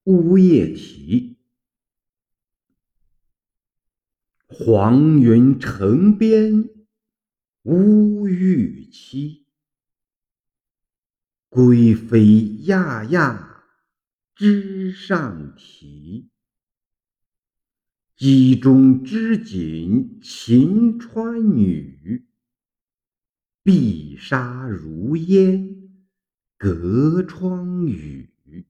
呜咽啼。黄云城边乌玉栖，归飞讶讶枝上啼。机中织锦晴川女，碧纱如烟隔窗雨。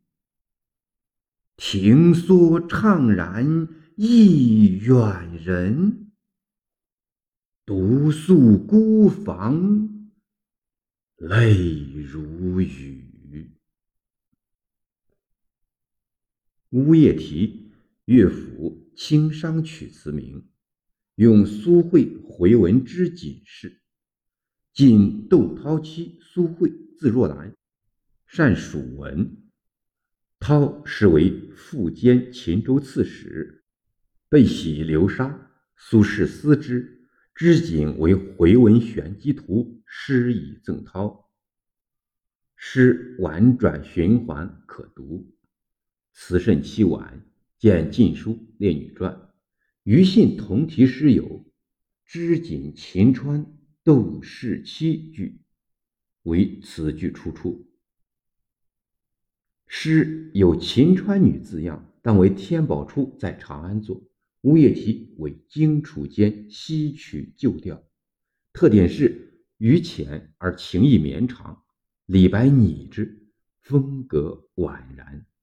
庭梭怅然意远人，独宿孤房泪如雨。呜咽啼，乐府清商曲词名，用苏荟回文织锦事。晋窦涛妻苏荟，字若兰，善属文。涛实为傅监秦州刺史，被徙流沙，苏轼思之，织锦为回文玄机图，诗以赠涛。诗婉转循环，可读。词甚凄婉，见《晋书·列女传》。余信同题诗有织锦晴川窦氏妻句，为此句出处。诗有晴川女字样，但为天宝初在长安作。呜咽啼为荆楚间西曲旧调，特点是语浅而情意绵长，李白拟之，风格宛然。